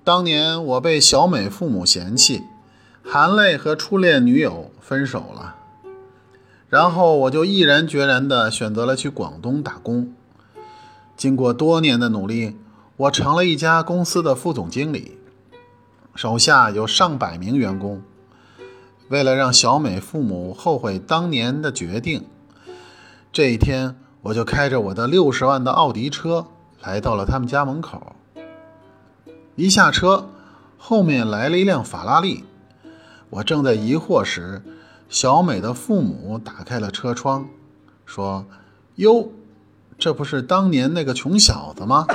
当年我被小美父母嫌弃，含泪和初恋女友分手了，然后我就毅然决然地选择了去广东打工。经过多年的努力，我成了一家公司的副总经理，手下有上百名员工。为了让小美父母后悔当年的决定，这一天我就开着我的60万的奥迪车来到了他们家门口。一下车，后面来了一辆法拉利。我正在疑惑时，小美的父母打开了车窗，说：哟，这不是当年那个穷小子吗？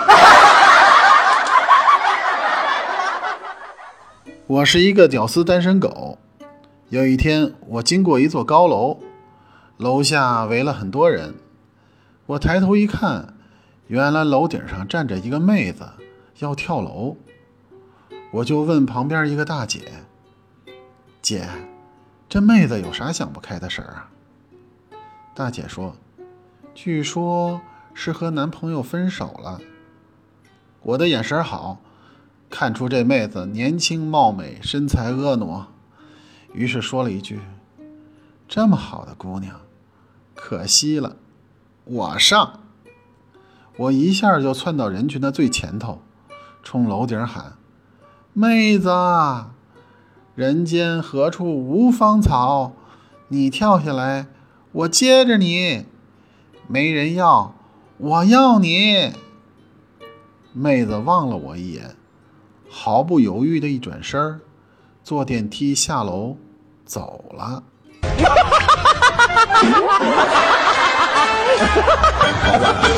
我是一个屌丝单身狗。有一天我经过一座高楼，楼下围了很多人。我抬头一看，原来楼顶上站着一个妹子要跳楼。我就问旁边一个大姐：姐，这妹子有啥想不开的事儿啊？大姐说：据说是和男朋友分手了。我的眼神好，看出这妹子年轻貌美，身材婀娜，于是说了一句：这么好的姑娘，可惜了，我上。我一下就窜到人群的最前头，冲楼顶喊：妹子，人间何处无芳草，你跳下来，我接着你，没人要，我要你。妹子望了我一眼，毫不犹豫的一转身，坐电梯下楼走了。好吧。